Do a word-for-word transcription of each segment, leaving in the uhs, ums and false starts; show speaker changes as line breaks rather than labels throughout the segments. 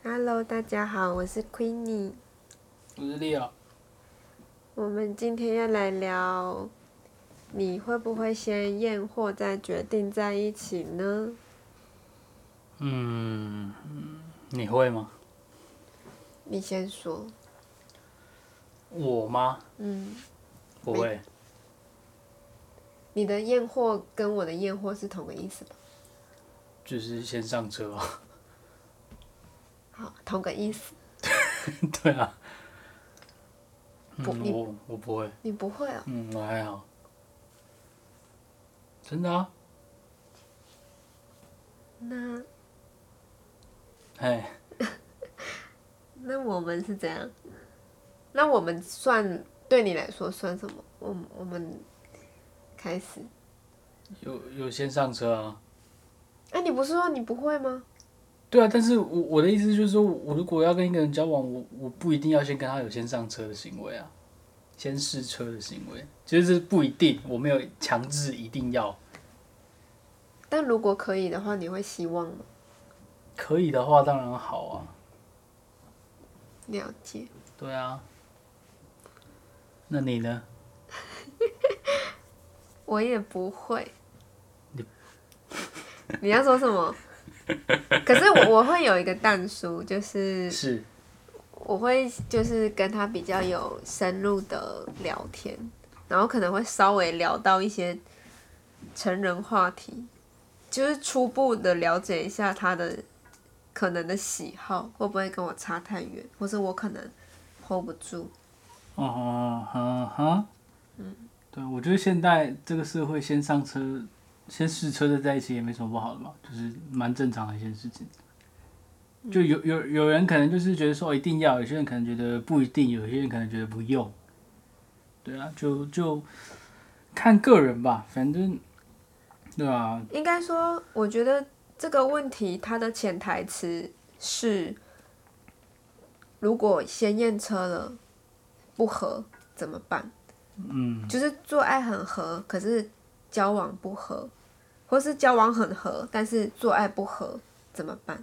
Hello，大家好，我是 Queenie，
我是 Leo。
我们今天要来聊，你会不会先验货再决定在一起呢？
嗯，你会吗？
你先说。
我吗？
嗯，
不会。
你的验货跟我的验货是同个意思吧？
就是先上车啊。
好，同个意思。
对啊。
不，
嗯，
你
我我不会。
你不会哦。
嗯，我还好。真的啊。
那
嘿，
那我们是怎样？那我们算对你来说算什么？我我们开始。
有有先上车啊。
哎、你不是说你不会吗？
对啊，但是我我的意思就是说，我如果要跟一个人交往，我我不一定要先跟他有先上车的行为啊，先试车的行为，就是不一定，我没有强制一定要。
但如果可以的话，你会希望吗？
可以的话，当然好啊。
了解。
对啊。那你呢？
我也不会。你你要说什么？可是我我会有一个但书，就是
是
我会就是跟他比较有深入的聊天，然后可能会稍微聊到一些成人话题，就是初步的了解一下他的可能的喜好会不会跟我差太远，或是我可能 hold 不住。
哦哈哈。嗯，对，我觉得现在这个社会先上车、先试车的在一起也没什么不好的嘛，就是蛮正常的一件事情。就有有有人可能就是觉得说一定要，有些人可能觉得不一定，有些人可能觉得不用。对啊，就就看个人吧，反正对啊。
应该说，我觉得这个问题它的潜台词是，如果先验车了不合怎么办？
嗯，
就是做爱很合，可是交往不合，或是交往很合，但是做爱不合怎么办？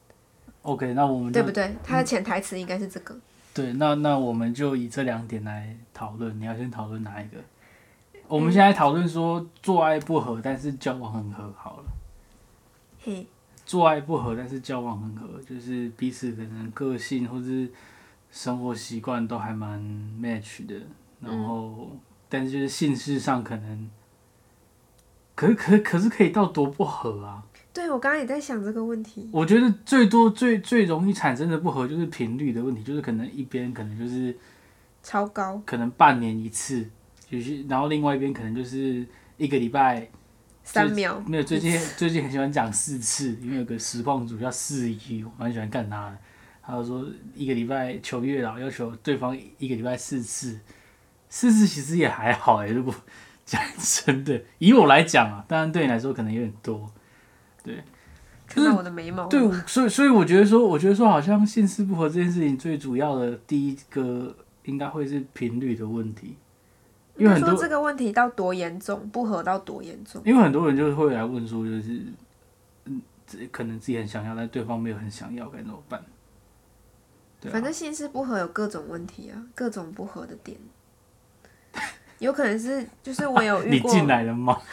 OK，那我们就
对不对？它的潜台词应该是这个。
对，那那我们就以这两点来讨论。你要先讨论哪一个？我们现在讨论说做爱不合，但是交往很合好了。
嘿，
做爱不合，但是交往很合，就是彼此可能个性或是生活习惯都还蛮 match 的，然后、嗯、但是就是性事上可能，可是可可是可以到多不合啊？
对，我刚刚也在想这个问题。
我觉得最多最最容易产生的不合就是频率的问题，就是可能一边可能就是
超高，
可能半年一次，有些然后另外一边可能就是一个礼拜。
三秒
没有，最近最近很喜欢讲四次，因为有个实况组叫四一，我蛮喜欢干他的。他就说一个礼拜求月老，要求对方一个礼拜四次，四次其实也还好哎、欸。如果讲真的，以我来讲啊，当然对你来说可能有点多，对。
看到我的眉毛了。
对，所以所以我觉得说，我觉得说，好像性事不合这件事情，最主要的第一个应该会是频率的问题。因为很多
说这个问题到多严重，不合到多严重？
因为很多人就会来问说，就是，嗯，可能自己很想要，但对方没有很想要，该怎么办？对啊、
反正性事不合有各种问题啊，各种不合的点，有可能是就是我有遇过。
你进来了吗？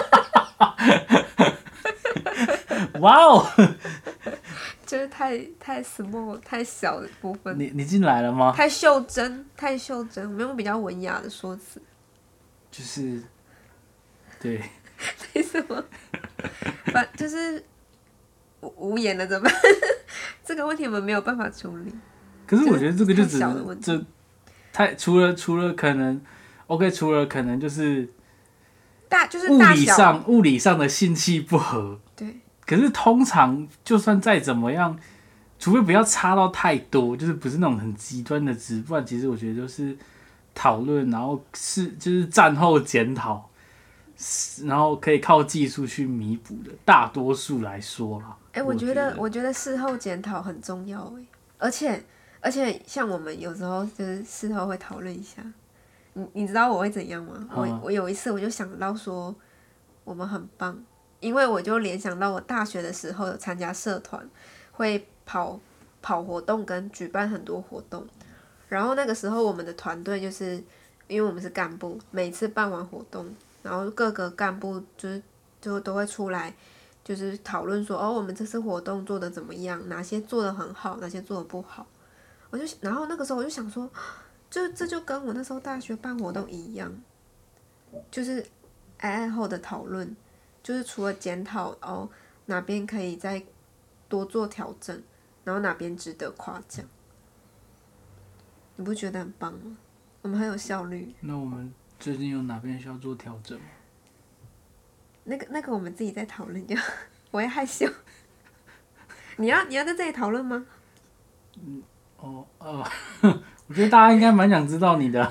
哇哦！
就是太太 small 太小的部分。
你你进来了吗？
太袖珍，太袖珍，我们用比较文雅的说辞。
就是，对。
为什么？反就是无无言了怎么办？这个问题我们没有办法处理。
可是我觉得这个就只
是
是这太除了除了可能 OK， 除了可能就是
大就是
物理上物理上的性气不合。
对。
可是通常就算再怎么样，除非不要差到太多，就是不是那种很极端的值，不然其实我觉得就是讨论，然后是就是战后检讨，然后可以靠技术去弥补的。大多数来说啦，
哎、欸，我觉得我觉得事后检讨很重要哎，而且而且像我们有时候就是事后会讨论一下，你你知道我会怎样吗？嗯、我我有一次我就想到说我们很棒。因为我就联想到我大学的时候有参加社团，会跑跑活动跟举办很多活动。然后那个时候我们的团队就是因为我们是干部，每次办完活动，然后各个干部就是就都会出来，就是讨论说哦，我们这次活动做的怎么样，哪些做的很好，哪些做的不好。我就然后那个时候我就想说，就这就跟我那时候大学办活动一样，就是爱爱后的讨论，就是除了检讨哦哪边可以再多做调整，然后哪边值得夸奖。你不觉得很棒吗？我们很有效率。
那我们最近有哪边需要做调整吗？
那个那个我们自己在讨论就好，我会害羞。你要你要在这里讨论吗？
嗯，哦，呃，我觉得大家应该蛮想知道你的。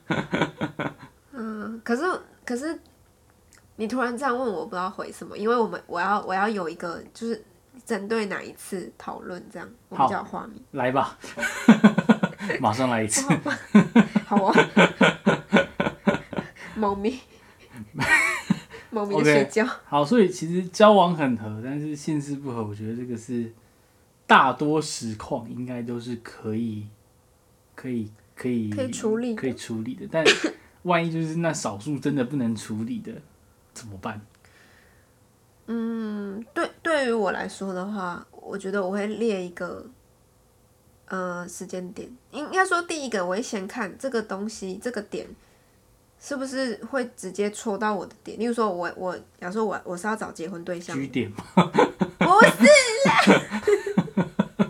嗯，可是可是你突然这样问我，我不知道回什么，因为我们我要我要有一个就是针对哪一次讨论这样，我比较有画面。
来吧，马上来一次。
好啊，猫咪，猫咪的睡觉。
Okay, 好，所以其实交往很合，但是性事不合，我觉得这个是大多实况应该都是可以、可以、可以、
可以处理的
可以处理的。但万一就是那少数真的不能处理的，怎么办？
嗯，对，对于我来说的话，我觉得我会列一个呃时间点。应该说，第一个我会先看这个东西这个点是不是会直接戳到我的点。例如说我我假如说我我是要找结婚对象，
据点吗？
不是啦。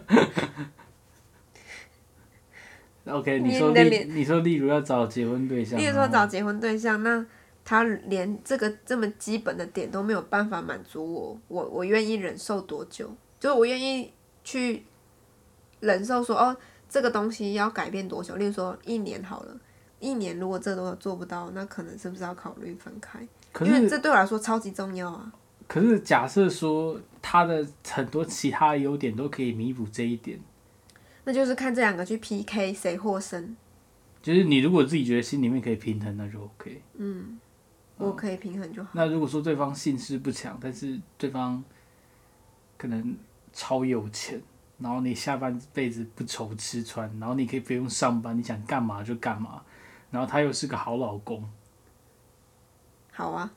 OK， 你说例你说例如要找结婚对象，
例如说找结婚对象，那他连这个这么基本的点都没有办法满足我，我我愿意忍受多久？就是我愿意去忍受说哦，这个东西要改变多久？例如说一年好了，一年如果这都做不到，那可能是不是要考虑分开？因为这对我来说超级重要啊。
可是假设说他的很多其他优点都可以弥补这一点，
那就是看这两个去 P K 谁获胜。
就是你如果自己觉得心里面可以平衡，那就 OK。
嗯，我可以平衡就好。
那如果说对方性事不强，但是对方可能超有钱，然后你下半辈子不愁吃穿，然后你可以不用上班，你想干嘛就干嘛，然后他又是个好老公，
好啊。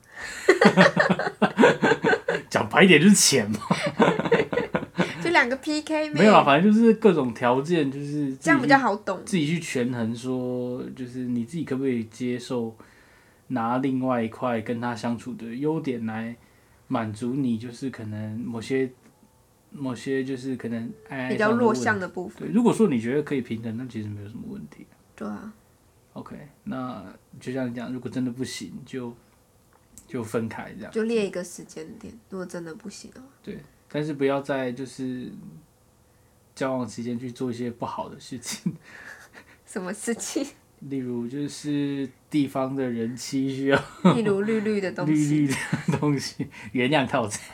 讲白一点就是钱嘛。
就两个 P K
没有啦，反正就是各种条件，就是
这样比较好懂。
自己去权衡说，就是你自己可不可以接受拿另外一块跟他相处的优点来满足你，就是可能某些某些就是可能爱爱
比较弱项的部分。
对，如果说你觉得可以平衡，那其实没有什么问题。
对啊。
OK， 那就像你讲，如果真的不行，就就分开这样。
就列一个时间点，如果真的不行的话。
对，但是不要在就是交往期间去做一些不好的事情。
什么事情？
例如就是地方的人妻需要，
例如绿绿的东西，
绿绿的东西，原谅套餐。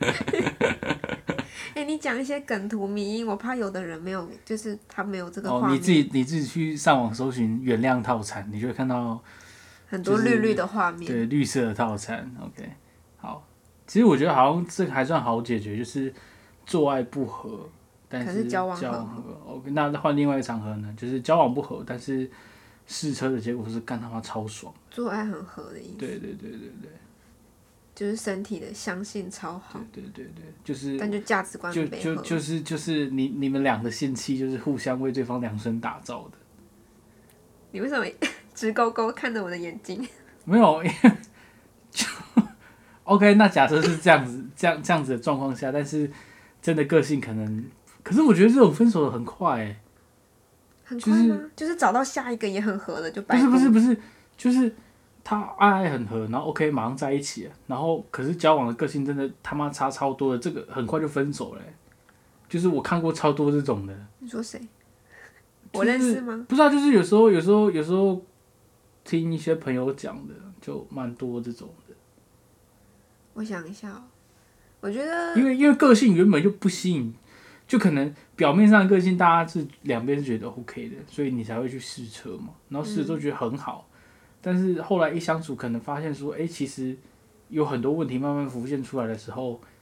哎、欸，你讲一些梗图迷因，我怕有的人没有，就是他没有这个画面。
哦，你自己你自己去上网搜寻原谅套餐，你就会看到
很多绿绿的画面。
对，绿色的套餐。OK， 好，其实我觉得好像这个还算好解决，就是做爱不合，但
是交往
很合。OK， 那换另外一个场合呢，就是交往不合，但是试车的结果是干他妈超爽，
做爱很合的意思。
对对对对对。
就是身体的相性超好，
对对对对，就是，
但就价值观
就
没
就就是就是你你们俩的性器就是互相为对方量身打造的。
你为什么直勾勾看着我的眼睛？
没有，就 OK。那假设是这样子，这样这样子的状况下，但是真的个性可能，可是我觉得这种分手的很快、欸，
很快吗？就是、就是找到下一个也很合的就白。
不是不是不是，就是他爱爱很合，然后 OK 马上在一起了，然后可是交往的个性真的他妈差超多的，这个很快就分手了、欸。就是我看过超多这种的。
你说谁？
就是、
我认识吗？
不知道，就是有时候有时候有时候听一些朋友讲的，就蛮多这种的。
我想一下哦，我觉得
因为因为个性原本就不吸引，就可能表面上的个性大家是两边是觉得 OK 的，所以你才会去试车嘛，然后试车觉得很好。嗯，但是后来一相处，可能发现说，哎、欸，其实有很多问题慢慢浮现出来的时候，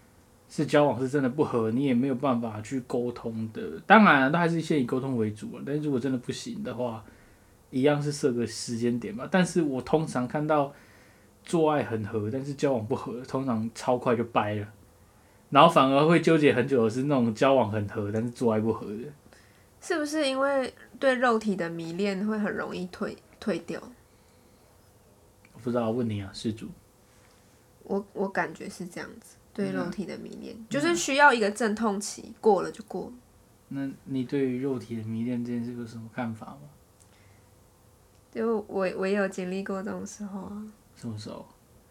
是交往是真的不合，你也没有办法去沟通的。当然、啊，都还是先以沟通为主啊。但是如果真的不行的话，一样是设个时间点吧。但是我通常看到做爱很合，但是交往不合，通常超快就掰了。然后反而会纠结很久的是那种交往很合，但是做爱不合的。
是不是因为对肉体的迷恋会很容易退退掉？
我不知道，问你啊，施主。
我我感觉是这样子，对肉体的迷恋、嗯、就是需要一个阵痛期，过了就过了。
那你对于肉体的迷恋这件事有什么看法吗？
就我我也有经历过这种时候啊。
什么时候？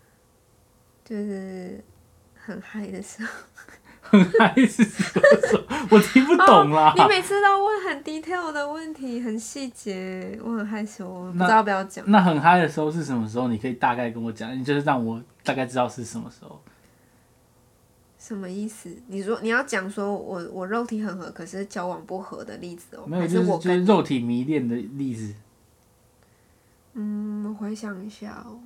就是很嗨的时候。
很嗨是什么时候？我听不懂啦、
哦。你每次都问很 detail 的问题，很细节，我很害羞，我不知道要不要讲。
那很嗨的时候是什么时候？你可以大概跟我讲，你就是让我大概知道是什么时候。
什么意思？你说你要讲说我我肉体很合，可是交往不合的例子哦？
没有，就是就是肉体迷恋的例子。
嗯，我回想一下哦，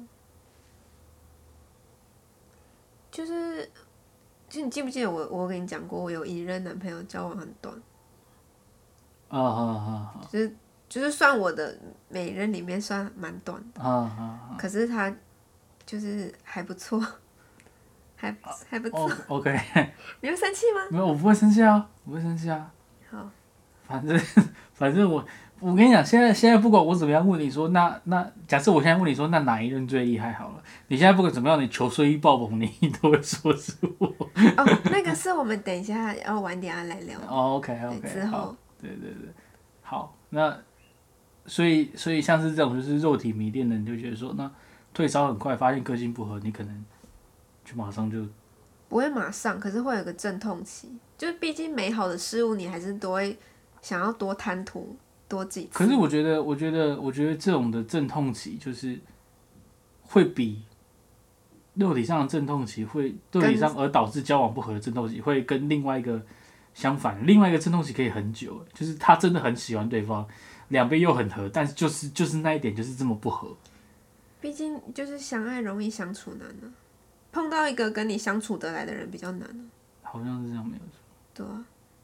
就是，就你记不记得我我跟你讲过，我有一任男朋友交往很短。
啊啊啊！
就是就是算我的每任里面算蛮短的。
啊啊啊！
可是他就是还不错。还还不错。
O K。
你会生气吗？
没有，我不会生气啊，我不会生气啊。
好。
反正反正我我跟你讲，现在现在不管我怎么样问你说，那那假设我现在问你说，那哪一任最厉害好了？你现在不管怎么样，你求睡意爆棚，你都会说是我。
哦，那个是我们等一下要晚点要来聊。
哦 ，OK OK。
之后。
对对对，好，那所以所以像是这种就是肉体迷恋的，你就觉得说，那退烧很快，发现个性不合，你可能就马上就。
不会马上，可是会有个阵痛期，就是毕竟美好的事物，你还是都会想要多贪图多几次。
可是我觉得，我觉得，我觉得这种的阵痛期就是会比肉体上的阵痛期会肉体上而导致交往不合的阵痛期会跟另外一个相反，另外一个阵痛期可以很久，就是他真的很喜欢对方，两边又很合，但是就是就是那一点就是这么不合。
毕竟就是相爱容易相处难啊。碰到一个跟你相处得来的人比较难啊。
好像是这样，没有错。
对啊。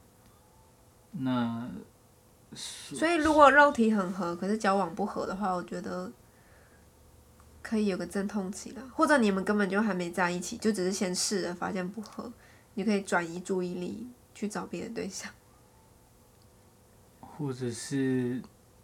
那
所以如果肉体很合，可是交往不合的话，我觉得可以有个阵痛期啦，或者你们根本就还没在一起，就只是先试了，发现不合，你可以转移注意力去找别的对象，
或者是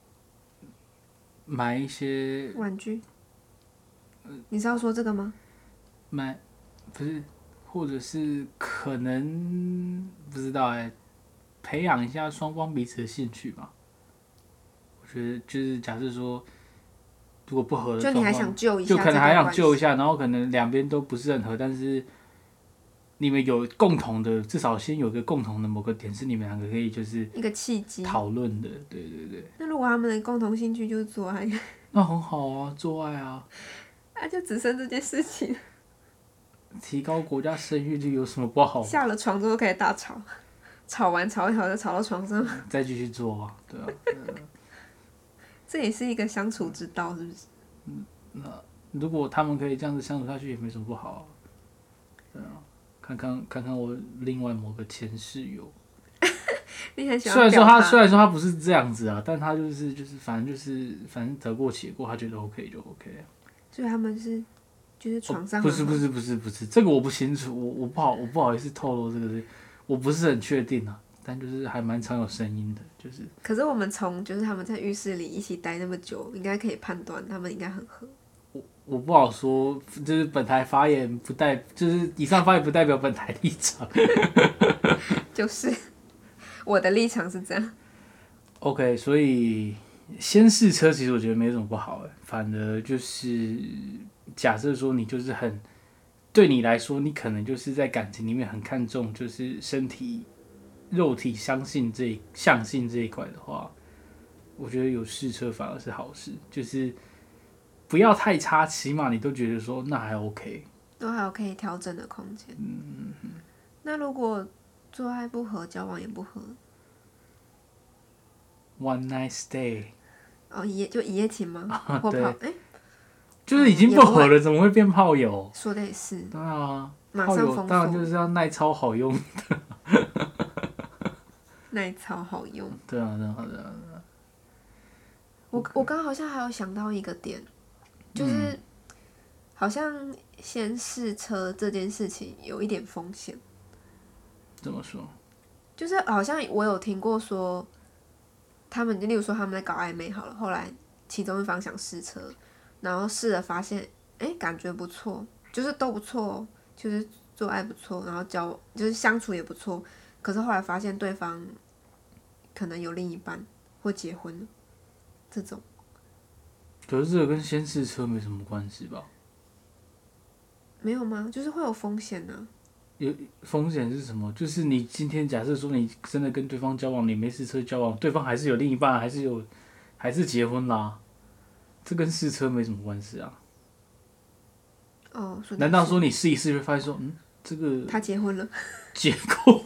买一些
玩具。你是要说这个吗？
买不是，或者是可能不知道哎、欸，培养一下双方彼此的兴趣吧。我觉得就是假设说，如果不合的，
就你还想救一下，
就可能还想救一下，然后可能两边都不是很合，但是你们有共同的，至少先有个共同的某个点是你们两个可以就是
一个契机
讨论的，对对对。
那如果他们的共同兴趣就是做爱，
那很好啊，做爱啊。
啊，就只剩这件事情。
提高国家生育率有什么不好？
下了床之后可以大吵，吵完吵一吵就吵到床上，
再继续做啊，对啊。对啊
这也是一个相处之道，是不是？
嗯，那如果他们可以这样子相处下去，也没什么不好啊。对啊，看看看看我另外某个前室友。
你很喜欢。
虽然说他虽然说他不是这样子啊，但他就是就是反正就是反正得过且过，他觉得 OK 就 OK 啊。
所以他们是。就是床上、
哦、不是不是不是不是这个我不清楚，我我不好我不好意思透露这个事，我不是很确定啊，但就是还蛮常有声音的，就是。
可是我们从就是他们在浴室里一起待那么久，应该可以判断他们应该很合。
我我不好说，就是本台发言不代，就是以上发言不代表本台立场。
就是我的立场是这样。
OK， 所以先试车其实我觉得没什么不好，反而就是。假设说你就是很，对你来说，你可能就是在感情里面很看重就是身体、肉体相信这相信这一块的话，我觉得有试车反而是好事，就是不要太差，起码你都觉得说那还 OK，
都还有可以调整的空间。
嗯嗯。
那如果做爱不合，交往也不合
，One night stay，
哦，一夜就一夜情吗？
啊、对。
或跑哎。
就是已经不合了，怎么会变炮友？
说的也是。
对啊，
马
炮
上封锁。
友当然就是要耐操好用的。
耐操好用。
对啊，对啊，对啊。对啊
我我刚好像还有想到一个点，就是、嗯、好像先试车这件事情有一点风险。
怎么说？
就是好像我有听过说，他们例如说他们在搞暧昧好了，后来其中一方想试车，然后试了发现，哎、欸，感觉不错，就是都不错，就是做爱不错，然后交就是相处也不错，可是后来发现对方可能有另一半或结婚了。这种，
可是这个跟先试车没什么关系吧？
没有吗？就是会有风险呢、啊。
有风险是什么？就是你今天假设说你真的跟对方交往，你没试车交往，对方还是有另一半，还是有，还是结婚啦，这跟试车没什么关系啊。
哦，
难道说你试一试就发现说，嗯，这个
他结婚了，
结果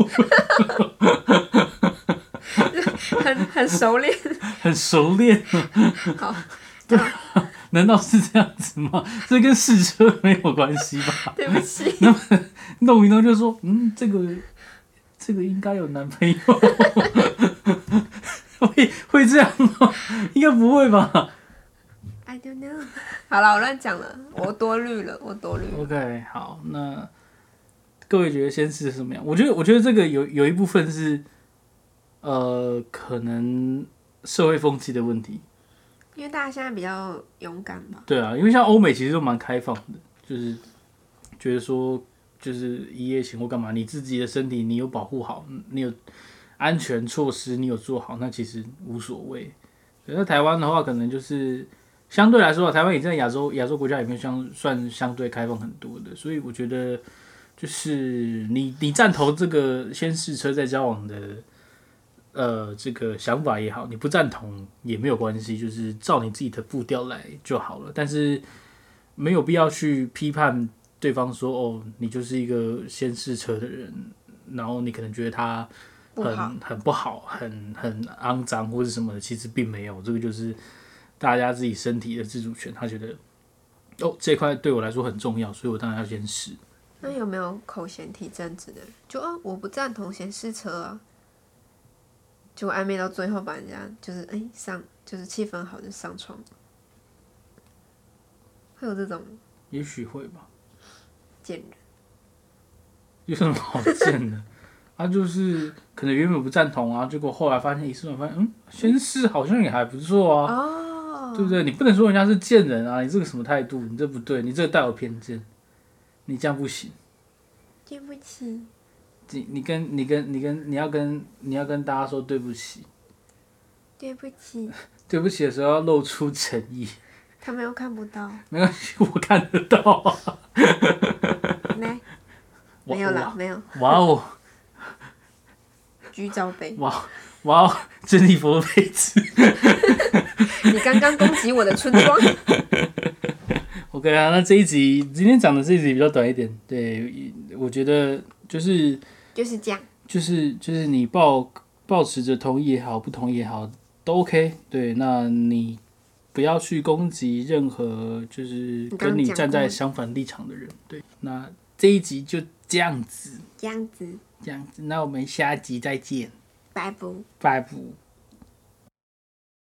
很很熟练，
很熟练。
好，
对啊，难道是这样子吗？这跟试车没有关系吧？
对不起。
那么弄一弄就说，嗯，这个这个应该有男朋友，会会这样吗？应该不会吧
？I don't know。好了，我乱讲了，我多虑了，我多虑了。
OK， 好，那各位觉得先试什么样？我觉得，我觉得这个有有一部分是。呃，可能社会风气的问题，
因为大家现在比较勇敢吧。
对啊，因为像欧美其实都蛮开放的，就是觉得说，就是一夜情或干嘛，你自己的身体你有保护好，你有安全措施你有做好，那其实无所谓。在台湾的话，可能就是相对来说，台湾也在亚洲亚洲国家里面相算相对开放很多的，所以我觉得就是你你赞同这个先试车再交往的。呃，这个想法也好，你不赞同也没有关系，就是照你自己的步调来就好了。但是没有必要去批判对方说，哦，你就是一个先试车的人，然后你可能觉得他很不很不好，很很肮脏或者什么的，其实并没有。这个就是大家自己身体的自主权，他觉得哦这块对我来说很重要，所以我当然要先试。
那有没有口嫌体正直的人？就哦，我不赞同先试车啊。就暧昧到最后，把人家就是哎、欸、上，就是气氛好就上床，会有这种？
也许会吧。
贱人。
有什么好贱的？他就是可能原本不赞同啊，结果后来发现一试完发现，嗯，先试好像也还不错啊，哦、对不对？你不能说人家是贱人啊，你这个什么态度？你这不对，你这个带有偏见，你这样不行。
对不起。
你你跟你跟你跟你要跟你要跟大家说对不起，
对不起，
对不起的时候要露出诚意。
他们又看不到。
没关系，我看得到、啊。
来，没有啦，没有。
哇哦！
居罩杯。
哇哇哦！珍妮佛佩兹。
你刚刚攻击我的村庄。
OK 啊，那这一集今天讲的这一集比较短一点，对，我觉得就是
就是这样，
就是就是你抱抱持着同意也好，不同意也好，都 OK。对，那你不要去攻击任何就是跟你站在相反立场的人。对，那这一集就这样子，
这样子，
这样子，那我们下集再见，
拜拜，
拜拜。